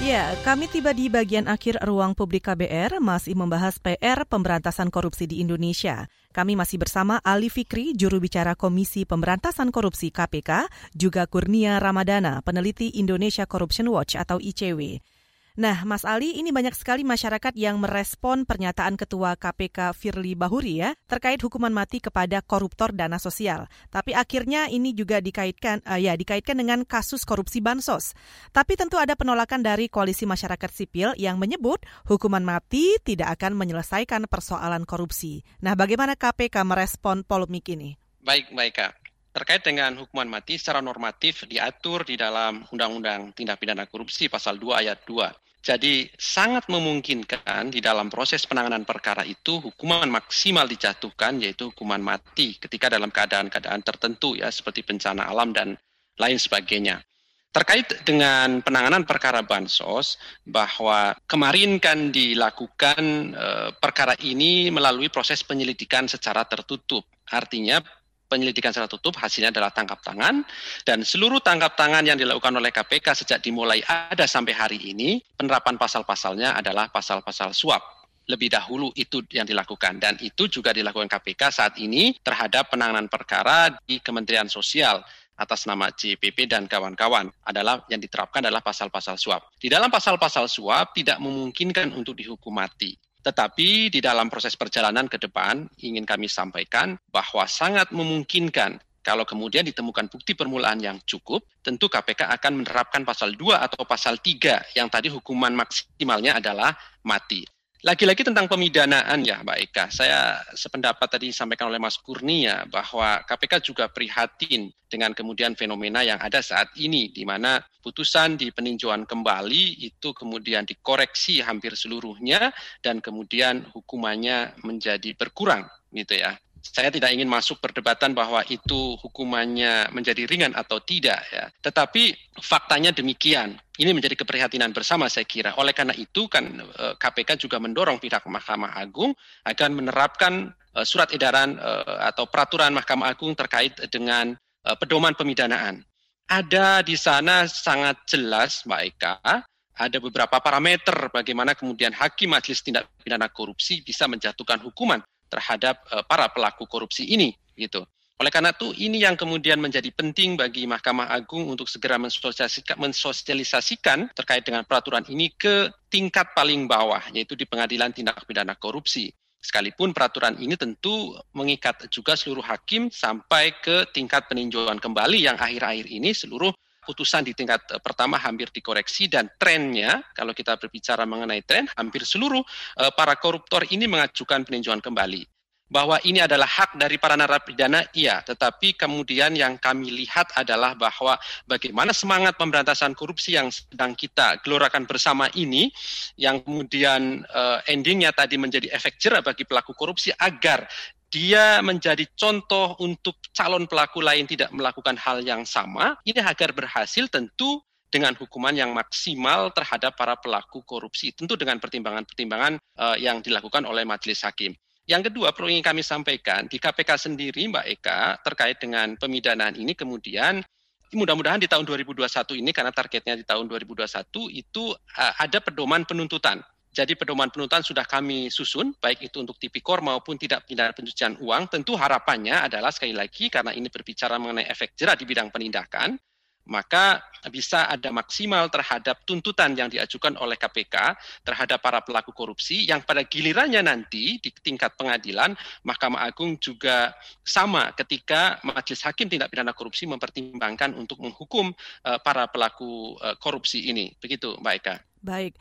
Ya, kami tiba di bagian akhir ruang publik K B R, masih membahas P R pemberantasan korupsi di Indonesia. Kami masih bersama Ali Fikri, juru bicara Komisi Pemberantasan Korupsi K P K, juga Kurnia Ramadana, peneliti Indonesia Corruption Watch atau I C W. Nah, Mas Ali, ini banyak sekali masyarakat yang merespon pernyataan Ketua K P K Firly Bahuri ya, terkait hukuman mati kepada koruptor dana sosial. Tapi akhirnya ini juga dikaitkan, uh, ya dikaitkan dengan kasus korupsi bansos. Tapi tentu ada penolakan dari koalisi masyarakat sipil yang menyebut hukuman mati tidak akan menyelesaikan persoalan korupsi. Nah, bagaimana K P K merespon polemik ini? Baik, baik Kak. Terkait dengan hukuman mati secara normatif diatur di dalam Undang-Undang Tindak Pidana Korupsi pasal dua ayat dua. Jadi sangat memungkinkan di dalam proses penanganan perkara itu hukuman maksimal dijatuhkan yaitu hukuman mati ketika dalam keadaan-keadaan tertentu ya seperti bencana alam dan lain sebagainya. Terkait dengan penanganan perkara bansos bahwa kemarin kan dilakukan e, perkara ini melalui proses penyelidikan secara tertutup. Artinya penyelidikan secara tutup hasilnya adalah tangkap tangan dan seluruh tangkap tangan yang dilakukan oleh K P K sejak dimulai ada sampai hari ini penerapan pasal-pasalnya adalah pasal-pasal suap. Lebih dahulu itu yang dilakukan dan itu juga dilakukan K P K saat ini terhadap penanganan perkara di Kementerian Sosial atas nama J P P dan kawan-kawan adalah yang diterapkan adalah pasal-pasal suap. Di dalam pasal-pasal suap tidak memungkinkan untuk dihukum mati. Tetapi di dalam proses perjalanan ke depan ingin kami sampaikan bahwa sangat memungkinkan kalau kemudian ditemukan bukti permulaan yang cukup, tentu K P K akan menerapkan pasal dua atau pasal tiga yang tadi hukuman maksimalnya adalah mati. Lagi-lagi tentang pemidanaan ya Mbak Eka, saya sependapat tadi disampaikan oleh Mas Kurnia bahwa K P K juga prihatin dengan kemudian fenomena yang ada saat ini di mana putusan di peninjauan kembali itu kemudian dikoreksi hampir seluruhnya dan kemudian hukumannya menjadi berkurang gitu ya. Saya tidak ingin masuk perdebatan bahwa itu hukumannya menjadi ringan atau tidak ya. Tetapi faktanya demikian. Ini menjadi keprihatinan bersama saya kira. Oleh karena itu kan K P K juga mendorong pihak Mahkamah Agung agar menerapkan surat edaran atau peraturan Mahkamah Agung terkait dengan pedoman pemidanaan. Ada di sana sangat jelas Mbak Eka, ada beberapa parameter bagaimana kemudian Hakim Majelis Tindak Pidana Korupsi bisa menjatuhkan hukuman terhadap uh, para pelaku korupsi ini, gitu. Oleh karena itu, ini yang kemudian menjadi penting bagi Mahkamah Agung untuk segera mensosialisasikan, mensosialisasikan terkait dengan peraturan ini ke tingkat paling bawah, yaitu di Pengadilan Tindak Pidana Korupsi. Sekalipun peraturan ini tentu mengikat juga seluruh hakim sampai ke tingkat peninjauan kembali yang akhir-akhir ini seluruh putusan di tingkat pertama hampir dikoreksi dan trennya, kalau kita berbicara mengenai tren, hampir seluruh uh, para koruptor ini mengajukan peninjauan kembali. Bahwa ini adalah hak dari para narapidana, iya, tetapi kemudian yang kami lihat adalah bahwa bagaimana semangat pemberantasan korupsi yang sedang kita gelorakan bersama ini, yang kemudian uh, endingnya tadi menjadi efek jera bagi pelaku korupsi agar dia menjadi contoh untuk calon pelaku lain tidak melakukan hal yang sama, ini agar berhasil tentu dengan hukuman yang maksimal terhadap para pelaku korupsi, tentu dengan pertimbangan-pertimbangan uh, yang dilakukan oleh majelis hakim. Yang kedua, perlu ingin kami sampaikan, di K P K sendiri, Mbak Eka, terkait dengan pemidanaan ini kemudian, mudah-mudahan di tahun dua ribu dua puluh satu ini, karena targetnya di tahun dua ribu dua puluh satu, itu uh, ada pedoman penuntutan. Jadi pedoman penuntutan sudah kami susun, baik itu untuk tipikor maupun tidak pidana pencucian uang. Tentu harapannya adalah sekali lagi karena ini berbicara mengenai efek jera di bidang penindakan, maka bisa ada maksimal terhadap tuntutan yang diajukan oleh K P K terhadap para pelaku korupsi yang pada gilirannya nanti di tingkat pengadilan Mahkamah Agung juga sama ketika Majelis Hakim Tindak Pidana Korupsi mempertimbangkan untuk menghukum uh, para pelaku uh, korupsi ini. Begitu Mbak Eka. Baik.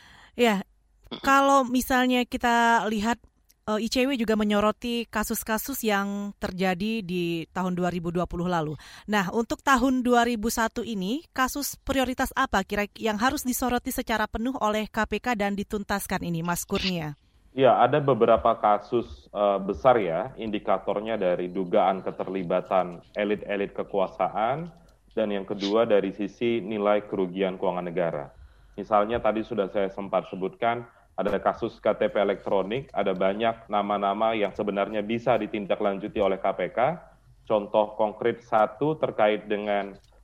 Ya. Kalau misalnya kita lihat I C W juga menyoroti kasus-kasus yang terjadi di tahun dua ribu dua puluh lalu. Nah, untuk tahun dua ribu satu ini, kasus prioritas apa kira-kira yang harus disoroti secara penuh oleh K P K dan dituntaskan ini, Mas Kurnia? Ya, ada beberapa kasus uh, besar ya, indikatornya dari dugaan keterlibatan elit-elit kekuasaan, dan yang kedua dari sisi nilai kerugian keuangan negara. Misalnya tadi sudah saya sempat sebutkan, ada kasus K T P elektronik, ada banyak nama-nama yang sebenarnya bisa ditindaklanjuti oleh K P K. Contoh konkret satu terkait dengan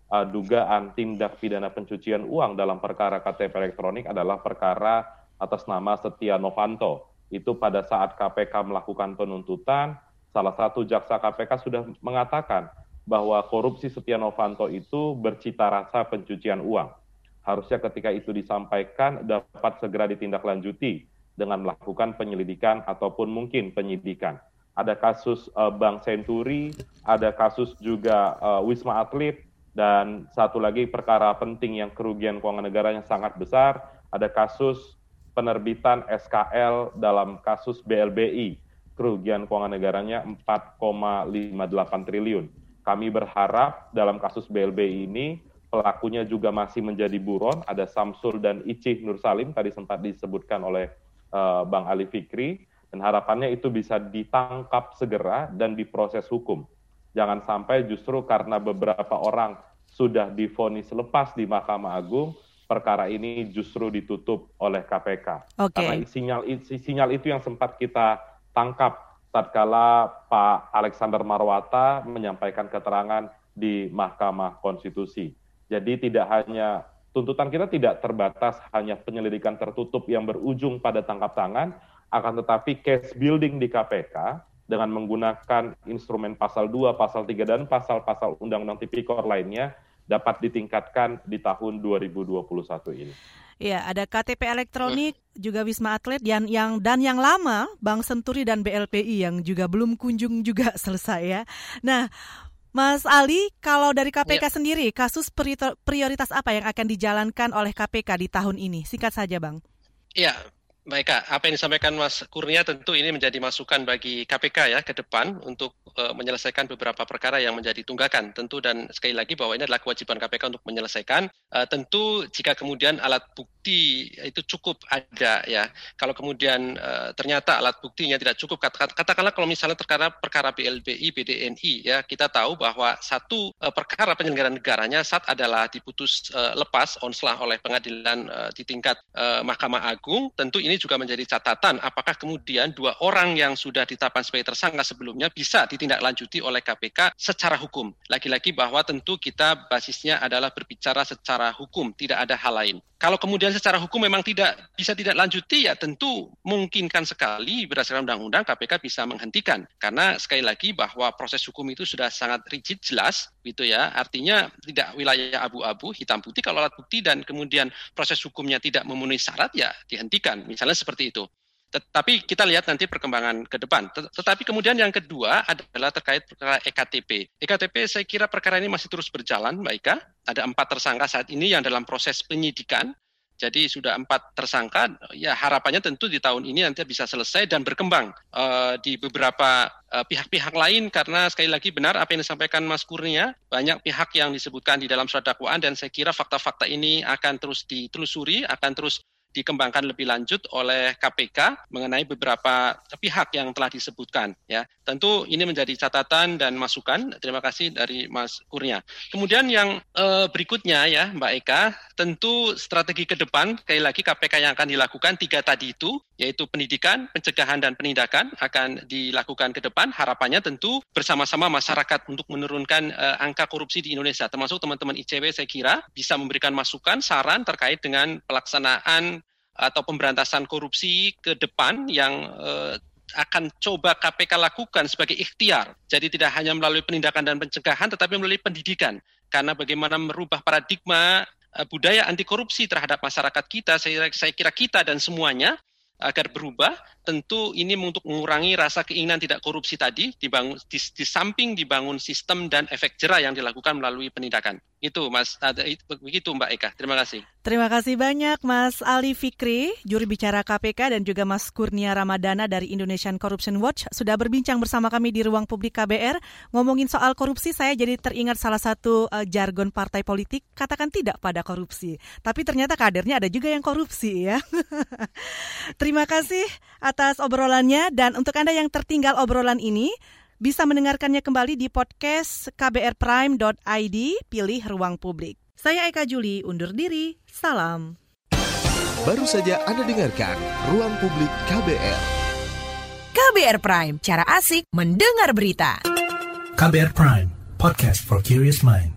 uh, dugaan tindak pidana pencucian uang dalam perkara K T P elektronik adalah perkara atas nama Setia Novanto. Itu pada saat K P K melakukan penuntutan, salah satu jaksa K P K sudah mengatakan bahwa korupsi Setia Novanto itu bercita rasa pencucian uang. Harusnya ketika itu disampaikan dapat segera ditindaklanjuti dengan melakukan penyelidikan ataupun mungkin penyidikan. Ada kasus uh, Bank Senturi, ada kasus juga uh, Wisma Atlet, dan satu lagi perkara penting yang kerugian keuangan negara yang sangat besar, ada kasus penerbitan S K L dalam kasus B L B I, kerugian keuangan negaranya empat koma lima delapan triliun. Kami berharap dalam kasus B L B I ini pelakunya juga masih menjadi buron, ada Samsul dan Icih Nursalim, tadi sempat disebutkan oleh uh, Bang Ali Fikri, dan harapannya itu bisa ditangkap segera dan diproses hukum. Jangan sampai justru karena beberapa orang sudah divonis lepas di Mahkamah Agung, perkara ini justru ditutup oleh K P K. Okay. Karena sinyal, sinyal itu yang sempat kita tangkap tatkala Pak Alexander Marwata menyampaikan keterangan di Mahkamah Konstitusi. Jadi tidak hanya, tuntutan kita tidak terbatas hanya penyelidikan tertutup yang berujung pada tangkap tangan, akan tetapi case building di K P K dengan menggunakan instrumen pasal dua, pasal tiga, dan pasal-pasal Undang-Undang Tipikor lainnya dapat ditingkatkan di tahun dua ribu dua puluh satu ini. Ya, ada K T P elektronik, juga Wisma Atlet, yang, yang dan yang lama Bank Senturi dan B L P I yang juga belum kunjung juga selesai ya. Nah, Mas Ali, kalau dari K P K ya. sendiri, kasus prioritas apa yang akan dijalankan oleh K P K di tahun ini? Singkat saja, Bang. Iya, baik Kak. Apa yang disampaikan Mas Kurnia tentu ini menjadi masukan bagi K P K ya ke depan untuk uh, menyelesaikan beberapa perkara yang menjadi tunggakan. Tentu dan sekali lagi bahwa ini adalah kewajiban K P K untuk menyelesaikan. Uh, tentu jika kemudian alat bukti itu cukup ada ya. Kalau kemudian uh, ternyata alat buktinya tidak cukup, kata, katakanlah kalau misalnya perkara perkara B L B I, B D N I ya, kita tahu bahwa satu uh, perkara penyelenggaraan negaranya saat adalah diputus uh, lepas onslah oleh pengadilan uh, di tingkat uh, Mahkamah Agung, tentu ini juga menjadi catatan apakah kemudian dua orang yang sudah ditetapkan sebagai tersangka sebelumnya bisa ditindaklanjuti oleh K P K secara hukum. Lagi-lagi bahwa tentu kita basisnya adalah berbicara secara hukum, tidak ada hal lain. Kalau kemudian secara hukum memang tidak bisa tidak lanjuti, ya tentu mungkinkan sekali berdasarkan undang-undang K P K bisa menghentikan. Karena sekali lagi bahwa proses hukum itu sudah sangat rigid, jelas, gitu ya. Artinya tidak wilayah abu-abu, hitam putih. Kalau alat bukti dan kemudian proses hukumnya tidak memenuhi syarat, ya dihentikan. Misalnya seperti itu. Tetapi kita lihat nanti perkembangan ke depan. Tetapi kemudian yang kedua adalah terkait perkara E K T P. E K T P saya kira perkara ini masih terus berjalan, Mbak Ika. Ada empat tersangka saat ini yang dalam proses penyidikan. Jadi sudah empat tersangka, ya harapannya tentu di tahun ini nanti bisa selesai dan berkembang uh, di beberapa uh, pihak-pihak lain, karena sekali lagi benar apa yang disampaikan Mas Kurnia, banyak pihak yang disebutkan di dalam surat dakwaan dan saya kira fakta-fakta ini akan terus ditelusuri, akan terus dikembangkan lebih lanjut oleh K P K mengenai beberapa pihak yang telah disebutkan. Ya, tentu ini menjadi catatan dan masukan. Terima kasih dari Mas Kurnia. Kemudian yang eh, berikutnya ya, Mbak Eka, tentu strategi ke depan sekali lagi K P K yang akan dilakukan tiga tadi itu, yaitu pendidikan, pencegahan dan penindakan akan dilakukan ke depan. Harapannya tentu bersama-sama masyarakat untuk menurunkan eh, angka korupsi di Indonesia, termasuk teman-teman I C W saya kira bisa memberikan masukan, saran terkait dengan pelaksanaan atau pemberantasan korupsi ke depan yang eh, akan coba K P K lakukan sebagai ikhtiar. Jadi tidak hanya melalui penindakan dan pencegahan, tetapi melalui pendidikan. Karena bagaimana merubah paradigma eh, budaya anti korupsi terhadap masyarakat kita, saya, saya kira kita dan semuanya agar berubah, tentu ini untuk mengurangi rasa keinginan tidak korupsi tadi, dibangun, di, di samping dibangun sistem dan efek jera yang dilakukan melalui penindakan. Itu Mas, ada, begitu Mbak Eka. Terima kasih. Terima kasih banyak Mas Ali Fikri, juru bicara K P K, dan juga Mas Kurnia Ramadana dari Indonesian Corruption Watch sudah berbincang bersama kami di Ruang Publik K B R. Ngomongin soal korupsi, saya jadi teringat salah satu uh, jargon partai politik, katakan tidak pada korupsi. Tapi ternyata kadernya ada juga yang korupsi ya. Terima kasih atas obrolannya, dan untuk Anda yang tertinggal obrolan ini bisa mendengarkannya kembali di podcast k b r prime dot i d, pilih Ruang Publik. Saya Eka Juli, undur diri, salam. Baru saja Anda dengarkan Ruang Publik K B R. K B R Prime, cara asik mendengar berita. K B R Prime, podcast for curious mind.